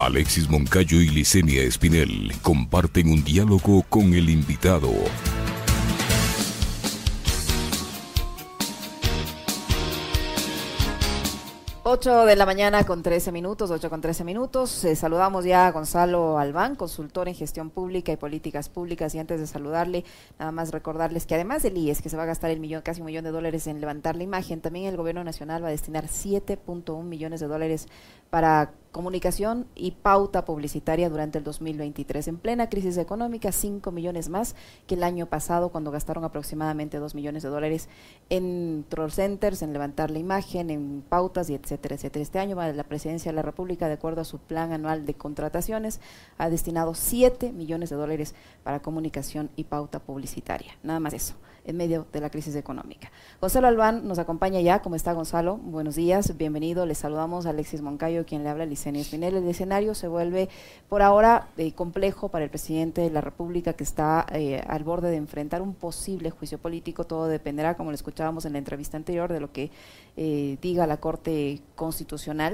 Alexis Moncayo y Licenia Espinel comparten un diálogo con el invitado. 8 de la mañana con 13 minutos, 8 con 13 minutos. Saludamos ya a Gonzalo Albán, consultor en gestión pública y políticas públicas. Y antes de saludarle, nada más recordarles que además del IES, que se va a gastar casi $1 millón en levantar la imagen, también el gobierno nacional va a destinar $7.1 millones para comunicación y pauta publicitaria durante el 2023. En plena crisis económica, 5 millones más que el año pasado, cuando gastaron aproximadamente $2 millones en troll centers, en levantar la imagen, en pautas y etcétera, etcétera. Este año la Presidencia de la República, de acuerdo a su plan anual de contrataciones, ha destinado $7 millones para comunicación y pauta publicitaria. Nada más eso, en medio de la crisis económica. Gonzalo Albán nos acompaña ya. ¿Cómo está, Gonzalo? Buenos días, bienvenido. Les saludamos a Alexis Moncayo, quien le habla, Licenia Espinel. El escenario se vuelve por ahora complejo para el presidente de la República, que está al borde de enfrentar un posible juicio político. Todo dependerá, como lo escuchábamos en la entrevista anterior, de lo que diga la Corte Constitucional.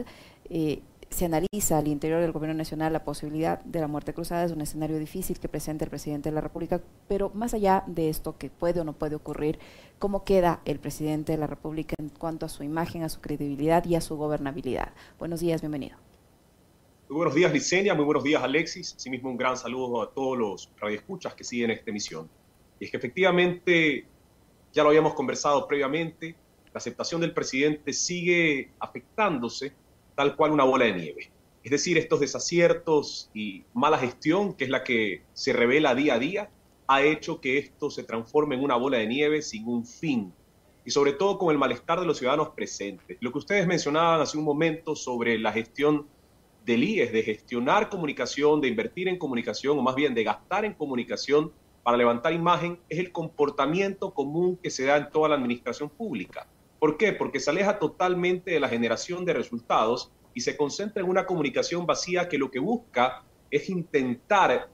Se analiza al interior del gobierno nacional la posibilidad de la muerte cruzada. Es un escenario difícil que presenta el presidente de la República, pero más allá de esto, que puede o no puede ocurrir, ¿cómo queda el presidente de la República en cuanto a su imagen, a su credibilidad y a su gobernabilidad? Buenos días, bienvenido. Muy buenos días, Licenia, muy buenos días, Alexis. Asimismo, un gran saludo a todos los radioescuchas que siguen esta emisión. Y es que efectivamente, ya lo habíamos conversado previamente, la aceptación del presidente sigue afectándose tal cual una bola de nieve. Es decir, estos desaciertos y mala gestión, que es la que se revela día a día, ha hecho que esto se transforme en una bola de nieve sin un fin. Y sobre todo con el malestar de los ciudadanos presentes. Lo que ustedes mencionaban hace un momento sobre la gestión del IES, de gestionar comunicación, de invertir en comunicación, o más bien de gastar en comunicación para levantar imagen, es el comportamiento común que se da en toda la administración pública. ¿Por qué? Porque se aleja totalmente de la generación de resultados y se concentra en una comunicación vacía que lo que busca es intentar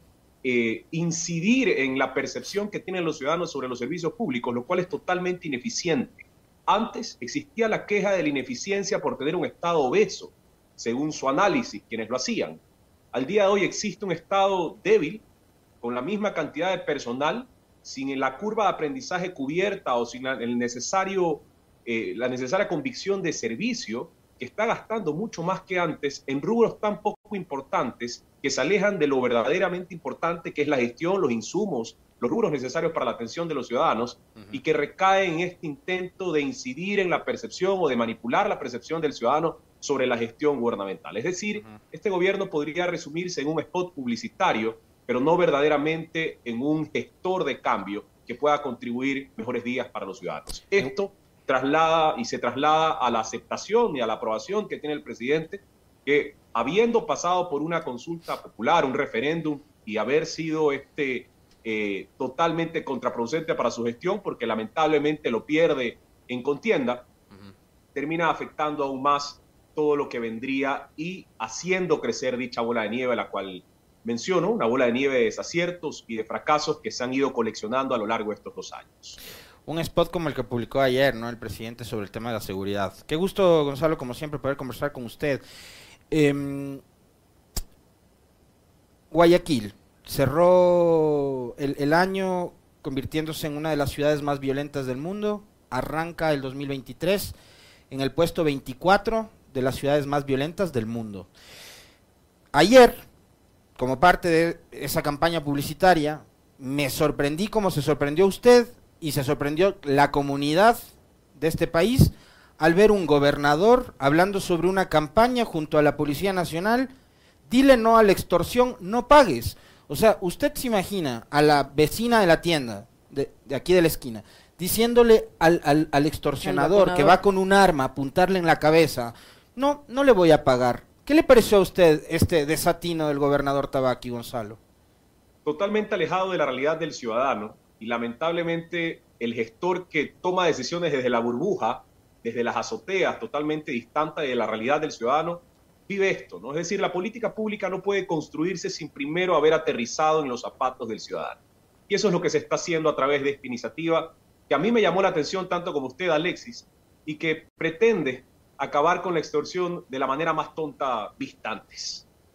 incidir en la percepción que tienen los ciudadanos sobre los servicios públicos, lo cual es totalmente ineficiente. Antes existía la queja de la ineficiencia por tener un Estado obeso, según su análisis, quienes lo hacían. Al día de hoy existe un Estado débil, con la misma cantidad de personal, sin la curva de aprendizaje cubierta o sin la necesaria convicción de servicio, que está gastando mucho más que antes en rubros tan poco importantes que se alejan de lo verdaderamente importante, que es la gestión, los insumos, los rubros necesarios para la atención de los ciudadanos, y que recae en este intento de incidir en la percepción o de manipular la percepción del ciudadano sobre la gestión gubernamental. Es decir, este gobierno podría resumirse en un spot publicitario, pero no verdaderamente en un gestor de cambio que pueda contribuir mejores días para los ciudadanos. Esto se traslada a la aceptación y a la aprobación que tiene el presidente, que habiendo pasado por una consulta popular, un referéndum, y haber sido totalmente contraproducente para su gestión, porque lamentablemente lo pierde en contienda, termina afectando aún más todo lo que vendría y haciendo crecer dicha bola de nieve, la cual menciono, una bola de nieve de desaciertos y de fracasos que se han ido coleccionando a lo largo de estos 2 años. Un spot como el que publicó ayer, ¿no?, el presidente, sobre el tema de la seguridad. Qué gusto, Gonzalo, como siempre, poder conversar con usted. Guayaquil cerró el año convirtiéndose en una de las ciudades más violentas del mundo. Arranca el 2023 en el puesto 24 de las ciudades más violentas del mundo. Ayer, como parte de esa campaña publicitaria, me sorprendí como se sorprendió usted y se sorprendió la comunidad de este país al ver un gobernador hablando sobre una campaña junto a la Policía Nacional: dile no a la extorsión, no pagues. O sea, usted se imagina a la vecina de la tienda, de aquí de la esquina, diciéndole al extorsionador que va con un arma a apuntarle en la cabeza: no le voy a pagar. ¿Qué le pareció a usted este desatino del gobernador Tabaqui, Gonzalo? Totalmente alejado de la realidad del ciudadano, y lamentablemente el gestor que toma decisiones desde la burbuja, desde las azoteas, totalmente distante de la realidad del ciudadano, vive esto, ¿no? Es decir, la política pública no puede construirse sin primero haber aterrizado en los zapatos del ciudadano. Y eso es lo que se está haciendo a través de esta iniciativa, que a mí me llamó la atención tanto como usted, Alexis, y que pretende acabar con la extorsión de la manera más tonta vista antes.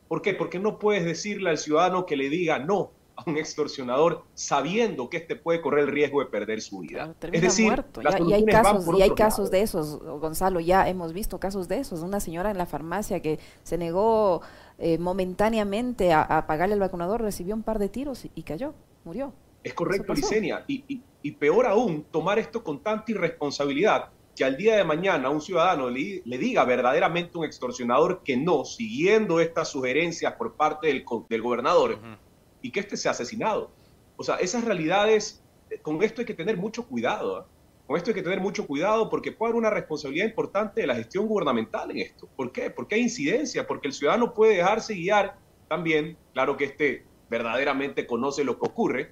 ¿Por qué? Porque no puedes decirle al ciudadano que le diga no a un extorsionador sabiendo que éste puede correr el riesgo de perder su vida. Claro, Es termina decir, muerto. las Y hay soluciones van casos, por y hay otro casos lado. de esos, Gonzalo, ya hemos visto casos de esos. Una señora en la farmacia que se negó momentáneamente a pagarle al vacunador, recibió un par de tiros y cayó, murió. Es Eso correcto, pasó. Licenia. Y peor aún, tomar esto con tanta irresponsabilidad que al día de mañana un ciudadano le diga verdaderamente a un extorsionador que no, siguiendo estas sugerencias por parte del gobernador, y que éste sea asesinado. O sea, esas realidades, con esto hay que tener mucho cuidado. Con esto hay que tener mucho cuidado porque puede haber una responsabilidad importante de la gestión gubernamental en esto. ¿Por qué? Porque hay incidencia, porque el ciudadano puede dejarse guiar también, claro que este verdaderamente conoce lo que ocurre,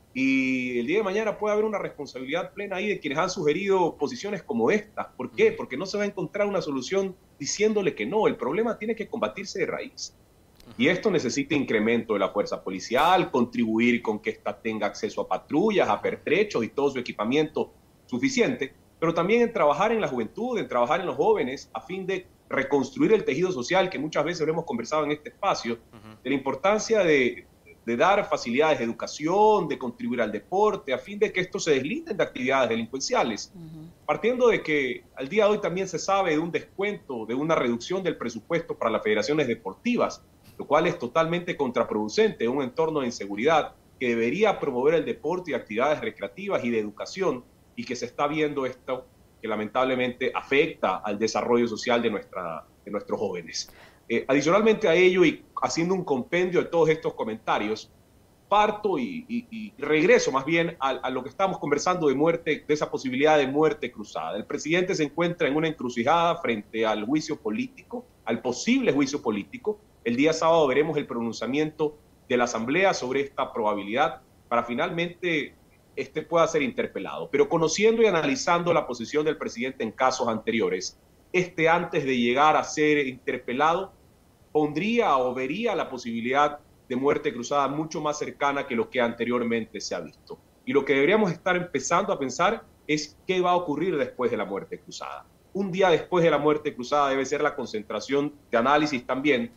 y el día de mañana puede haber una responsabilidad plena ahí de quienes han sugerido posiciones como esta. ¿Por qué? Porque no se va a encontrar una solución diciéndole que no. El problema tiene que combatirse de raíz. Y esto necesita incremento de la fuerza policial, contribuir con que ésta tenga acceso a patrullas, a pertrechos y todo su equipamiento suficiente, pero también en trabajar en la juventud, en trabajar en los jóvenes, a fin de reconstruir el tejido social que muchas veces lo hemos conversado en este espacio, de la importancia de dar facilidades de educación, de contribuir al deporte, a fin de que estos se deslinden de actividades delincuenciales. Partiendo de que al día de hoy también se sabe de un descuento, de una reducción del presupuesto para las federaciones deportivas, lo cual es totalmente contraproducente en un entorno de inseguridad que debería promover el deporte y actividades recreativas y de educación, y que se está viendo esto que lamentablemente afecta al desarrollo social de nuestros jóvenes. Adicionalmente a ello, y haciendo un compendio de todos estos comentarios, parto y regreso más bien a lo que estamos conversando de muerte, de esa posibilidad de muerte cruzada. El presidente se encuentra en una encrucijada frente al juicio político, al posible juicio político. El día sábado veremos el pronunciamiento de la Asamblea sobre esta probabilidad para finalmente pueda ser interpelado. Pero conociendo y analizando la posición del presidente en casos anteriores, antes de llegar a ser interpelado, pondría o vería la posibilidad de muerte cruzada mucho más cercana que lo que anteriormente se ha visto. Y lo que deberíamos estar empezando a pensar es qué va a ocurrir después de la muerte cruzada. Un día después de la muerte cruzada debe ser la concentración de análisis también,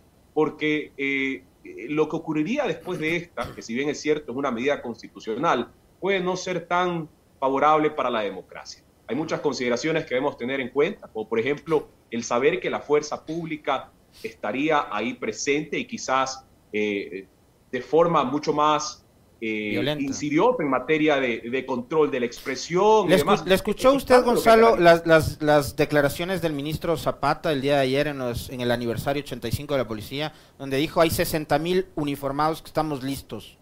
porque lo que ocurriría después de esta, que si bien es cierto es una medida constitucional, puede no ser tan favorable para la democracia. Hay muchas consideraciones que debemos tener en cuenta, como por ejemplo el saber que la fuerza pública estaría ahí presente y quizás de forma mucho más insidiosa en materia de control de la expresión. ¿Le escuchó usted, Gonzalo, las declaraciones del ministro Zapata el día de ayer en el aniversario 85 de la policía, donde dijo hay 60,000 uniformados que estamos listos?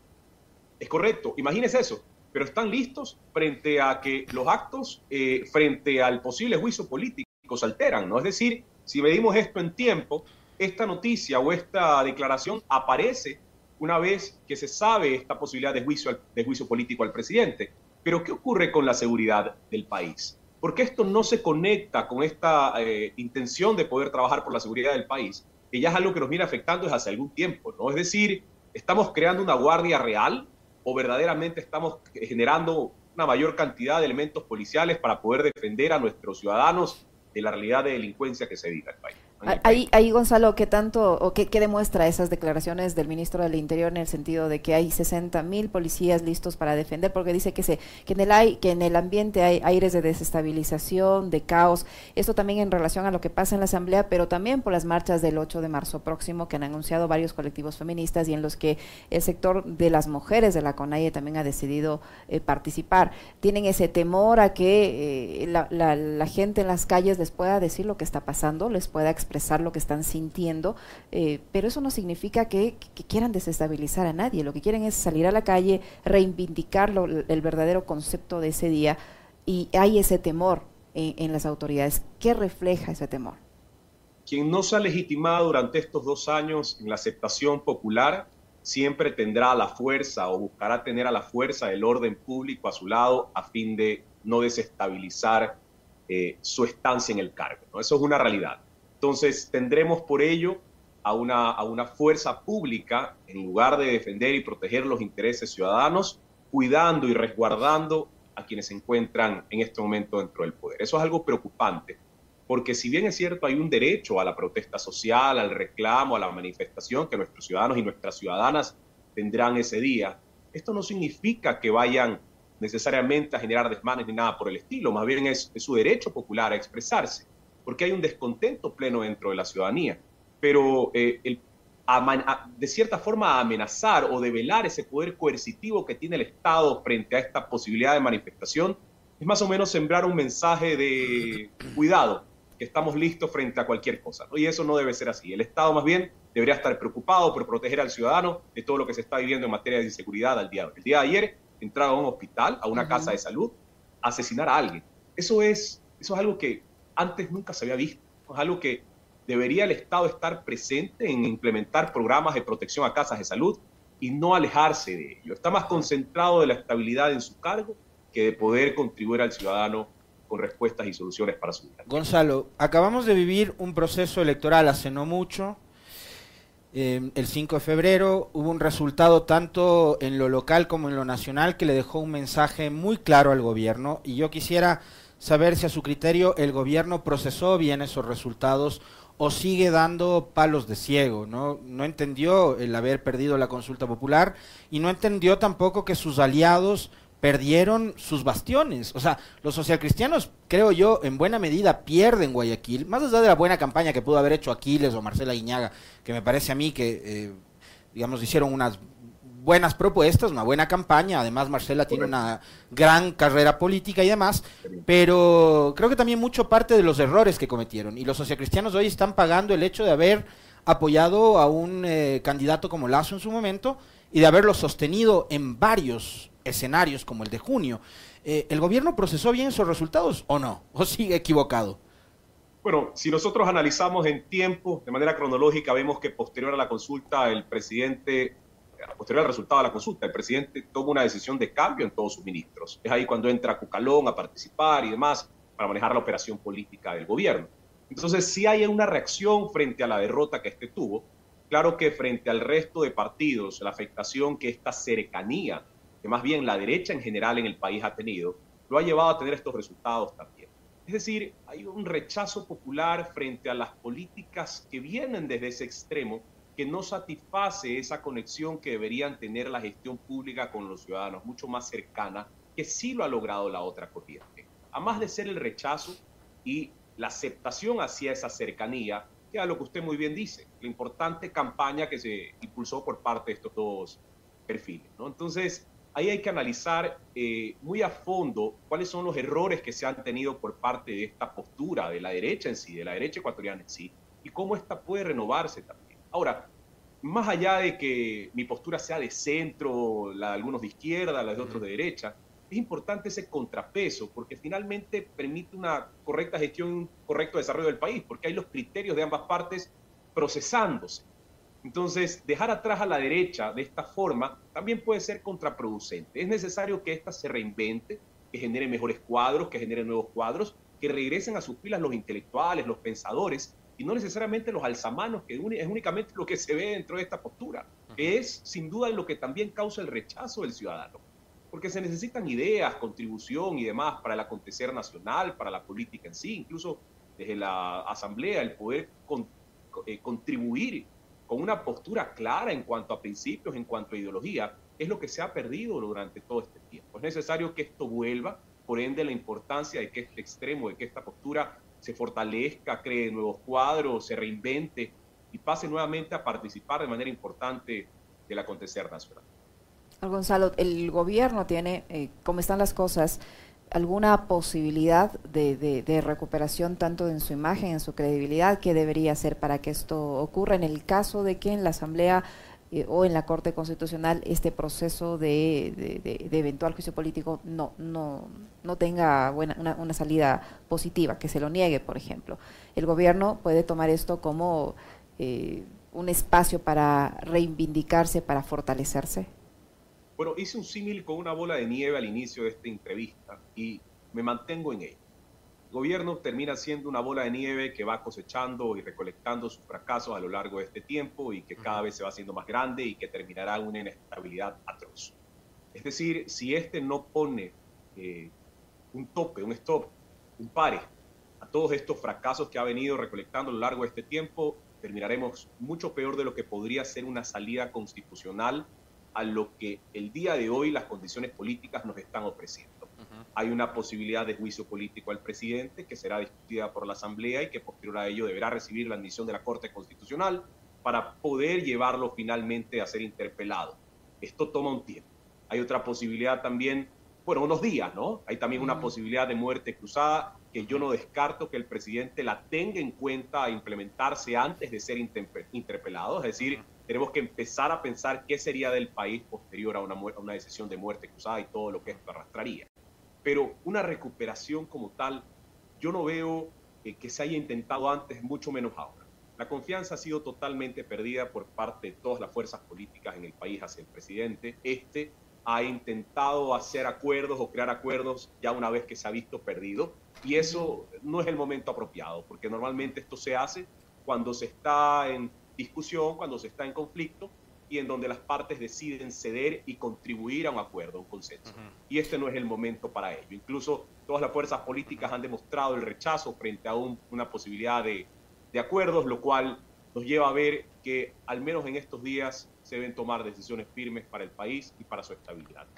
Es correcto, imagínese eso, pero están listos frente a que los actos, frente al posible juicio político, se alteran, ¿no? Es decir, si medimos esto en tiempo, esta noticia o esta declaración aparece una vez que se sabe esta posibilidad de juicio político al presidente. Pero ¿qué ocurre con la seguridad del país? Porque esto no se conecta con esta intención de poder trabajar por la seguridad del país, que ya es algo que nos viene afectando desde hace algún tiempo, ¿no? Es decir, ¿estamos creando una guardia real o verdaderamente estamos generando una mayor cantidad de elementos policiales para poder defender a nuestros ciudadanos de la realidad de delincuencia que se vive en el país? Ahí, Gonzalo, ¿qué tanto o qué demuestra esas declaraciones del ministro del Interior en el sentido de que hay 60,000 policías listos para defender? Porque dice que en el ambiente hay aires de desestabilización, de caos. Esto también en relación a lo que pasa en la Asamblea, pero también por las marchas del 8 de marzo próximo que han anunciado varios colectivos feministas y en los que el sector de las mujeres de la CONAIE también ha decidido participar. ¿Tienen ese temor a que la gente en las calles les pueda decir lo que está pasando, les pueda expresar lo que están sintiendo, pero eso no significa que quieran desestabilizar a nadie? Lo que quieren es salir a la calle, reivindicar el verdadero concepto de ese día, y hay ese temor en las autoridades. ¿Qué refleja ese temor? Quien no se ha legitimado durante estos 2 años en la aceptación popular siempre tendrá la fuerza o buscará tener a la fuerza del orden público a su lado a fin de no desestabilizar su estancia en el cargo, ¿no? Eso es una realidad. Entonces tendremos por ello a una fuerza pública, en lugar de defender y proteger los intereses ciudadanos, cuidando y resguardando a quienes se encuentran en este momento dentro del poder. Eso es algo preocupante. porque si bien es cierto hay un derecho a la protesta social, al reclamo, a la manifestación que nuestros ciudadanos y nuestras ciudadanas tendrán ese día, esto no significa que vayan necesariamente a generar desmanes ni nada por el estilo, más bien es su derecho popular a expresarse, porque hay un descontento pleno dentro de la ciudadanía, pero de cierta forma amenazar o develar ese poder coercitivo que tiene el Estado frente a esta posibilidad de manifestación es más o menos sembrar un mensaje de cuidado, que estamos listos frente a cualquier cosa, ¿no? Y eso no debe ser así. El Estado más bien debería estar preocupado por proteger al ciudadano de todo lo que se está viviendo en materia de inseguridad al día de hoy. El día de ayer entraba a un hospital, a una casa de salud, a asesinar a alguien. Eso es algo que antes nunca se había visto. Es algo que debería el Estado estar presente en implementar programas de protección a casas de salud y no alejarse de ello. Está más concentrado de la estabilidad en su cargo que de poder contribuir al ciudadano con respuestas y soluciones para su vida. Gonzalo, acabamos de vivir un proceso electoral hace no mucho. El 5 de febrero hubo un resultado tanto en lo local como en lo nacional que le dejó un mensaje muy claro al gobierno, y yo quisiera saber si a su criterio el gobierno procesó bien esos resultados o sigue dando palos de ciego, ¿no? No entendió el haber perdido la consulta popular y no entendió tampoco que sus aliados perdieron sus bastiones. O sea, los socialcristianos, creo yo, en buena medida pierden Guayaquil, más allá de la buena campaña que pudo haber hecho Aquiles o Marcela Guiñaga, que me parece a mí que, digamos, hicieron unas buenas propuestas, una buena campaña. Además, Marcela tiene una gran carrera política y demás, pero creo que también mucho parte de los errores que cometieron, y los socialcristianos hoy están pagando el hecho de haber apoyado a un candidato como Lazo en su momento y de haberlo sostenido en varios escenarios como el de junio. ¿El gobierno procesó bien esos resultados o no? ¿O sigue equivocado? Bueno, si nosotros analizamos en tiempo, de manera cronológica, vemos que posterior a la consulta, posterior al resultado de la consulta, el presidente toma una decisión de cambio en todos sus ministros. Es ahí cuando entra Cucalón a participar y demás para manejar la operación política del gobierno. Entonces, sí hay una reacción frente a la derrota que este tuvo. Claro que frente al resto de partidos, la afectación que esta cercanía, que más bien la derecha en general en el país ha tenido, lo ha llevado a tener estos resultados también. Es decir, hay un rechazo popular frente a las políticas que vienen desde ese extremo, que no satisface esa conexión que deberían tener la gestión pública con los ciudadanos, mucho más cercana, que sí lo ha logrado la otra corriente. A más de ser el rechazo y la aceptación hacia esa cercanía, queda lo que usted muy bien dice, la importante campaña que se impulsó por parte de estos dos perfiles, ¿no? Entonces, ahí hay que analizar muy a fondo cuáles son los errores que se han tenido por parte de esta postura de la derecha en sí, de la derecha ecuatoriana en sí, y cómo esta puede renovarse también. Ahora, más allá de que mi postura sea de centro, la de algunos de izquierda, la de otros de derecha, es importante ese contrapeso, porque finalmente permite una correcta gestión, un correcto desarrollo del país, porque hay los criterios de ambas partes procesándose. Entonces, dejar atrás a la derecha de esta forma también puede ser contraproducente. Es necesario que ésta se reinvente, que genere mejores cuadros, que genere nuevos cuadros, que regresen a sus filas los intelectuales, los pensadores, y no necesariamente los alzamanos, que es únicamente lo que se ve dentro de esta postura, que es sin duda lo que también causa el rechazo del ciudadano. Porque se necesitan ideas, contribución y demás para el acontecer nacional, para la política en sí, incluso desde la asamblea, el poder contribuir con una postura clara en cuanto a principios, en cuanto a ideología, es lo que se ha perdido durante todo este tiempo. Es necesario que esto vuelva, por ende la importancia de que este extremo, de que esta postura se fortalezca, cree nuevos cuadros, se reinvente y pase nuevamente a participar de manera importante del acontecer nacional. Gonzalo, el gobierno tiene, ¿cómo están las cosas? ¿Alguna posibilidad de recuperación tanto en su imagen, en su credibilidad? ¿Qué debería hacer para que esto ocurra en el caso de que en la Asamblea o en la Corte Constitucional este proceso de eventual juicio político no tenga una salida positiva, que se lo niegue, por ejemplo? ¿El gobierno puede tomar esto como un espacio para reivindicarse, para fortalecerse? Bueno, hice un símil con una bola de nieve al inicio de esta entrevista y me mantengo en ello. El gobierno termina siendo una bola de nieve que va cosechando y recolectando sus fracasos a lo largo de este tiempo y que cada vez se va haciendo más grande y que terminará en una inestabilidad atroz. Es decir, si este no pone un tope, un stop, un pare a todos estos fracasos que ha venido recolectando a lo largo de este tiempo, terminaremos mucho peor de lo que podría ser una salida constitucional a lo que el día de hoy las condiciones políticas nos están ofreciendo. Hay una posibilidad de juicio político al presidente que será discutida por la Asamblea y que posterior a ello deberá recibir la admisión de la Corte Constitucional para poder llevarlo finalmente a ser interpelado. Esto toma un tiempo. Hay otra posibilidad también, bueno, unos días, ¿no? Hay también una posibilidad de muerte cruzada que yo no descarto que el presidente la tenga en cuenta a implementarse antes de ser interpelado. Es decir, tenemos que empezar a pensar qué sería del país posterior a una decisión de muerte cruzada y todo lo que esto arrastraría. Pero una recuperación como tal, yo no veo que se haya intentado antes, mucho menos ahora. La confianza ha sido totalmente perdida por parte de todas las fuerzas políticas en el país hacia el presidente. Este ha intentado hacer acuerdos o crear acuerdos ya una vez que se ha visto perdido, y eso no es el momento apropiado, porque normalmente esto se hace cuando se está en discusión, cuando se está en conflicto, y en donde las partes deciden ceder y contribuir a un acuerdo, a un consenso. Y este no es el momento para ello. Incluso todas las fuerzas políticas han demostrado el rechazo frente a una posibilidad de acuerdos, lo cual nos lleva a ver que al menos en estos días se deben tomar decisiones firmes para el país y para su estabilidad.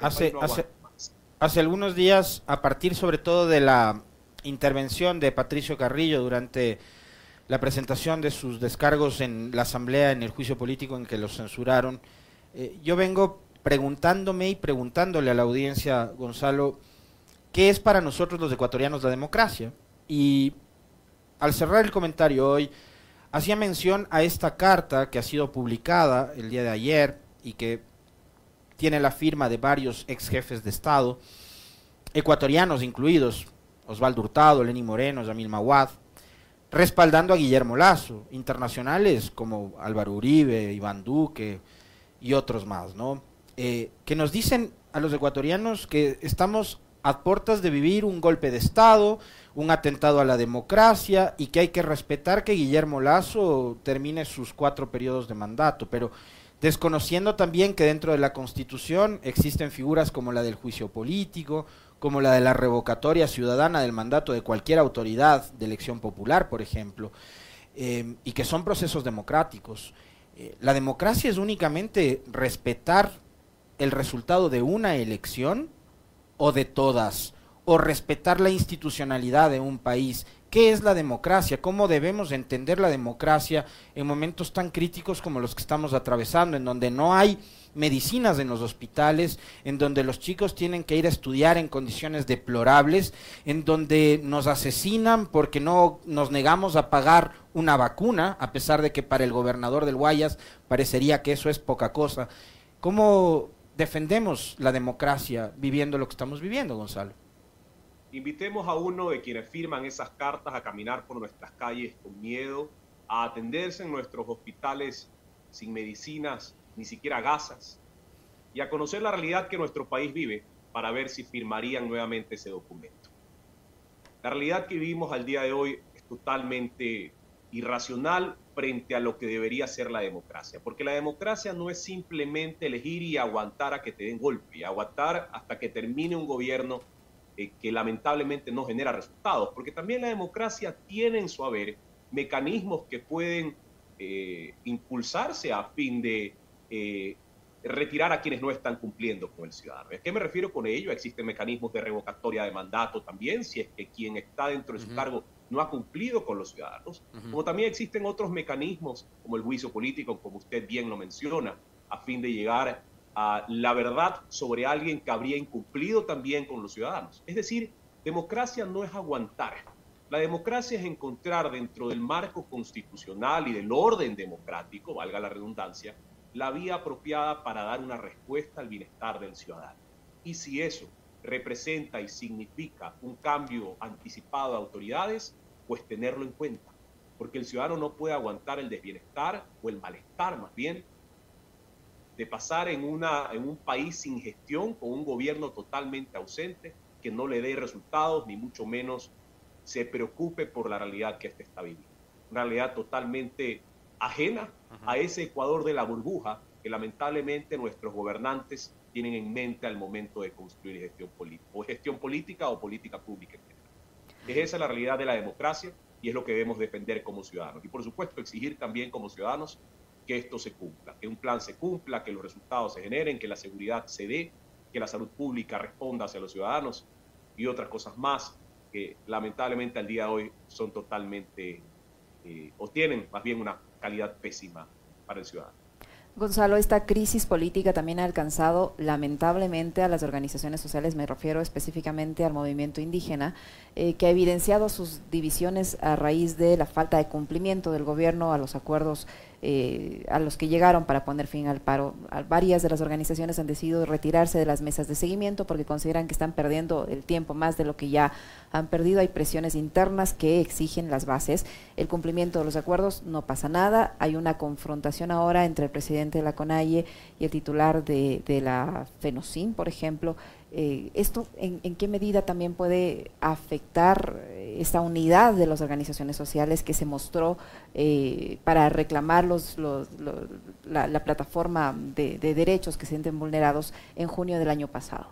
Hace algunos días, a partir sobre todo de la intervención de Patricio Carrillo durante la presentación de sus descargos en la Asamblea, en el juicio político en que los censuraron, yo vengo preguntándome y preguntándole a la audiencia, Gonzalo, ¿qué es para nosotros los ecuatorianos la democracia? Y al cerrar el comentario hoy, hacía mención a esta carta que ha sido publicada el día de ayer y que tiene la firma de varios ex jefes de Estado, ecuatorianos incluidos, Osvaldo Hurtado, Lenín Moreno, Yamil Mawad, respaldando a Guillermo Lasso, internacionales como Álvaro Uribe, Iván Duque y otros más, ¿no? Que nos dicen a los ecuatorianos que estamos a puertas de vivir un golpe de Estado, un atentado a la democracia, y que hay que respetar que Guillermo Lasso termine sus 4 periodos de mandato, pero desconociendo también que dentro de la Constitución existen figuras como la del juicio político, como la de la revocatoria ciudadana del mandato de cualquier autoridad de elección popular, por ejemplo, y que son procesos democráticos. La democracia es únicamente respetar el resultado de una elección o de todas, o respetar la institucionalidad de un país. ¿Qué es la democracia? ¿Cómo debemos entender la democracia en momentos tan críticos como los que estamos atravesando, en donde no hay medicinas en los hospitales, en donde los chicos tienen que ir a estudiar en condiciones deplorables, en donde nos asesinan porque no nos negamos a pagar una vacuna, a pesar de que para el gobernador del Guayas parecería que eso es poca cosa? ¿Cómo defendemos la democracia viviendo lo que estamos viviendo, Gonzalo? Invitemos a uno de quienes firman esas cartas a caminar por nuestras calles con miedo, a atenderse en nuestros hospitales sin medicinas, ni siquiera gasas, y a conocer la realidad que nuestro país vive para ver si firmarían nuevamente ese documento. La realidad que vivimos al día de hoy es totalmente irracional frente a lo que debería ser la democracia, porque la democracia no es simplemente elegir y aguantar a que te den golpe, y aguantar hasta que termine un gobierno que lamentablemente no genera resultados, porque también la democracia tiene en su haber mecanismos que pueden impulsarse a fin de retirar a quienes no están cumpliendo con el ciudadano. ¿A qué me refiero con ello? Existen mecanismos de revocatoria de mandato también, si es que quien está dentro de su cargo no ha cumplido con los ciudadanos, como también existen otros mecanismos como el juicio político, como usted bien lo menciona, a fin de llegar a la verdad sobre alguien que habría incumplido también con los ciudadanos. Es decir, democracia no es aguantar. La democracia es encontrar dentro del marco constitucional y del orden democrático, valga la redundancia, la vía apropiada para dar una respuesta al bienestar del ciudadano. Y si eso representa y significa un cambio anticipado de autoridades, pues tenerlo en cuenta, porque el ciudadano no puede aguantar el desbienestar o el malestar más bien de pasar en un país sin gestión, con un gobierno totalmente ausente, que no le dé resultados, ni mucho menos se preocupe por la realidad que éste está viviendo. Una realidad totalmente ajena a ese Ecuador de la burbuja que lamentablemente nuestros gobernantes tienen en mente al momento de construir gestión política o política pública en general. Esa es la realidad de la democracia y es lo que debemos defender como ciudadanos. Y por supuesto exigir también como ciudadanos que esto se cumpla, que un plan se cumpla, que los resultados se generen, que la seguridad se dé, que la salud pública responda hacia los ciudadanos y otras cosas más que lamentablemente al día de hoy son totalmente, o tienen más bien una calidad pésima para el ciudadano. Gonzalo, esta crisis política también ha alcanzado lamentablemente a las organizaciones sociales, me refiero específicamente al movimiento indígena, que ha evidenciado sus divisiones a raíz de la falta de cumplimiento del gobierno a los acuerdos a los que llegaron para poner fin al paro. Varias de las organizaciones han decidido retirarse de las mesas de seguimiento porque consideran que están perdiendo el tiempo más de lo que ya han perdido. Hay presiones internas que exigen las bases, el cumplimiento de los acuerdos, no pasa nada. Hay una confrontación ahora entre el presidente de la CONAIE y el titular de la FENOCIN, por ejemplo. ¿Esto en qué medida también puede afectar esta unidad de las organizaciones sociales que se mostró para reclamar la plataforma de derechos que se sienten vulnerados en junio del año pasado?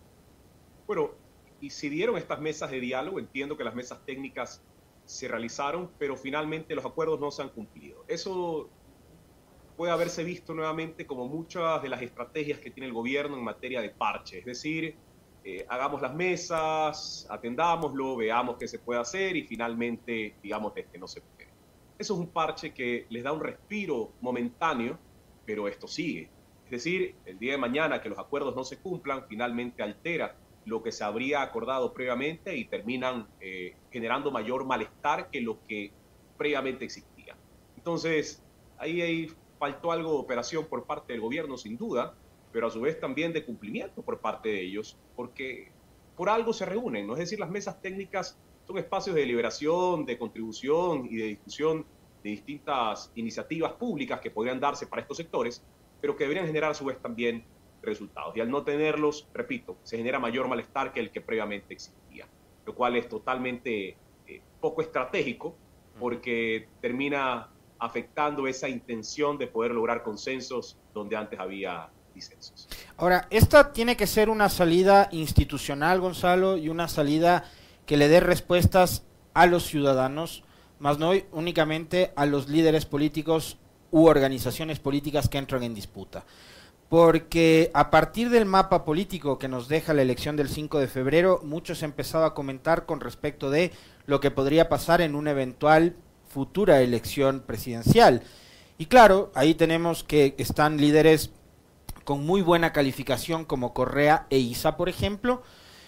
Bueno, y se dieron estas mesas de diálogo, entiendo que las mesas técnicas se realizaron, pero finalmente los acuerdos no se han cumplido. Eso puede haberse visto nuevamente como muchas de las estrategias que tiene el gobierno en materia de parche, es decir, hagamos las mesas, atendámoslo, veamos qué se puede hacer y finalmente digamos que no se puede. Eso es un parche que les da un respiro momentáneo, pero esto sigue. Es decir, el día de mañana que los acuerdos no se cumplan, finalmente altera lo que se habría acordado previamente y terminan generando mayor malestar que lo que previamente existía. Entonces, ahí faltó algo de operación por parte del gobierno, sin duda, pero a su vez también de cumplimiento por parte de ellos, porque por algo se reúnen, ¿no? Es decir, las mesas técnicas son espacios de deliberación, de contribución y de discusión de distintas iniciativas públicas que podrían darse para estos sectores, pero que deberían generar a su vez también resultados. Y al no tenerlos, repito, se genera mayor malestar que el que previamente existía, lo cual es totalmente poco estratégico, porque termina afectando esa intención de poder lograr consensos donde antes había disensos. Ahora, esta tiene que ser una salida institucional, Gonzalo, y una salida que le dé respuestas a los ciudadanos, más no únicamente a los líderes políticos u organizaciones políticas que entran en disputa. Porque a partir del mapa político que nos deja la elección del 5 de febrero, muchos han empezado a comentar con respecto de lo que podría pasar en una eventual futura elección presidencial. Y claro, ahí tenemos que están líderes con muy buena calificación como Correa e Issa, por ejemplo,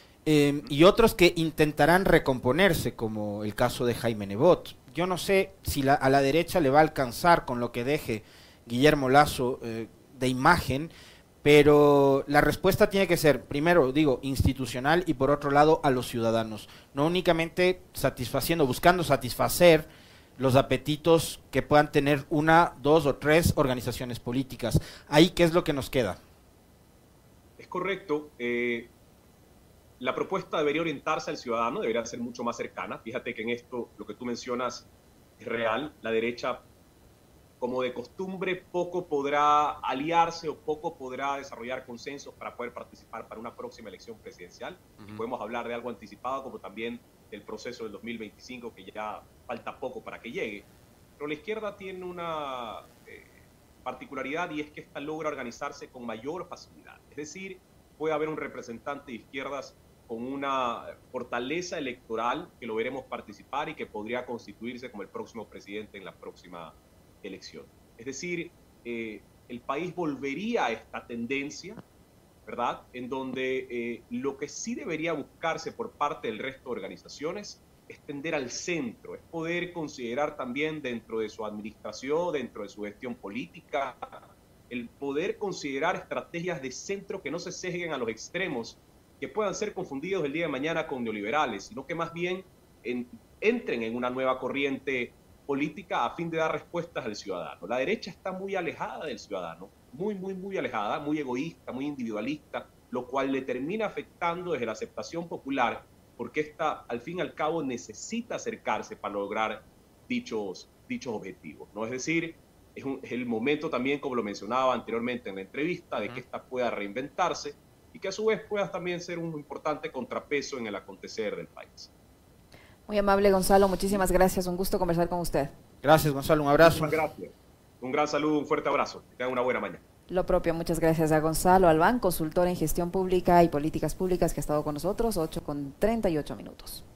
y otros que intentarán recomponerse, como el caso de Jaime Nebot. Yo no sé si a la derecha le va a alcanzar con lo que deje Guillermo Lasso de imagen, pero la respuesta tiene que ser, primero, digo, institucional y por otro lado a los ciudadanos, no únicamente buscando satisfacer los apetitos que puedan tener una, dos o tres organizaciones políticas. Ahí, ¿qué es lo que nos queda? Es correcto. La propuesta debería orientarse al ciudadano, debería ser mucho más cercana. Fíjate que en esto, lo que tú mencionas es real. La derecha, como de costumbre, poco podrá aliarse o poco podrá desarrollar consensos para poder participar para una próxima elección presidencial. Y podemos hablar de algo anticipado, como también del proceso del 2025, que ya falta poco para que llegue. Pero la izquierda tiene una particularidad, y es que esta logra organizarse con mayor facilidad. Es decir, puede haber un representante de izquierdas con una fortaleza electoral que lo veremos participar y que podría constituirse como el próximo presidente en la próxima elección. Es decir, el país volvería a esta tendencia, ¿verdad? En donde lo que sí debería buscarse por parte del resto de organizaciones es tender al centro, es poder considerar también dentro de su administración, dentro de su gestión política, el poder considerar estrategias de centro que no se sesguen a los extremos, que puedan ser confundidos el día de mañana con neoliberales, sino que más bien entren en una nueva corriente política a fin de dar respuestas al ciudadano. La derecha está muy alejada del ciudadano, muy alejada, muy egoísta, muy individualista, lo cual le termina afectando desde la aceptación popular, porque esta, al fin y al cabo, necesita acercarse para lograr dichos objetivos, ¿no? Es decir, es el momento también, como lo mencionaba anteriormente en la entrevista, de que esta pueda reinventarse y que a su vez pueda también ser un importante contrapeso en el acontecer del país. Muy amable, Gonzalo, muchísimas gracias, un gusto conversar con usted. Gracias, Gonzalo, un abrazo. Muchas gracias. Un gran saludo, un fuerte abrazo. Que tengan una buena mañana. Lo propio, muchas gracias a Gonzalo Albán, consultor en gestión pública y políticas públicas, que ha estado con nosotros, 8:38 minutos.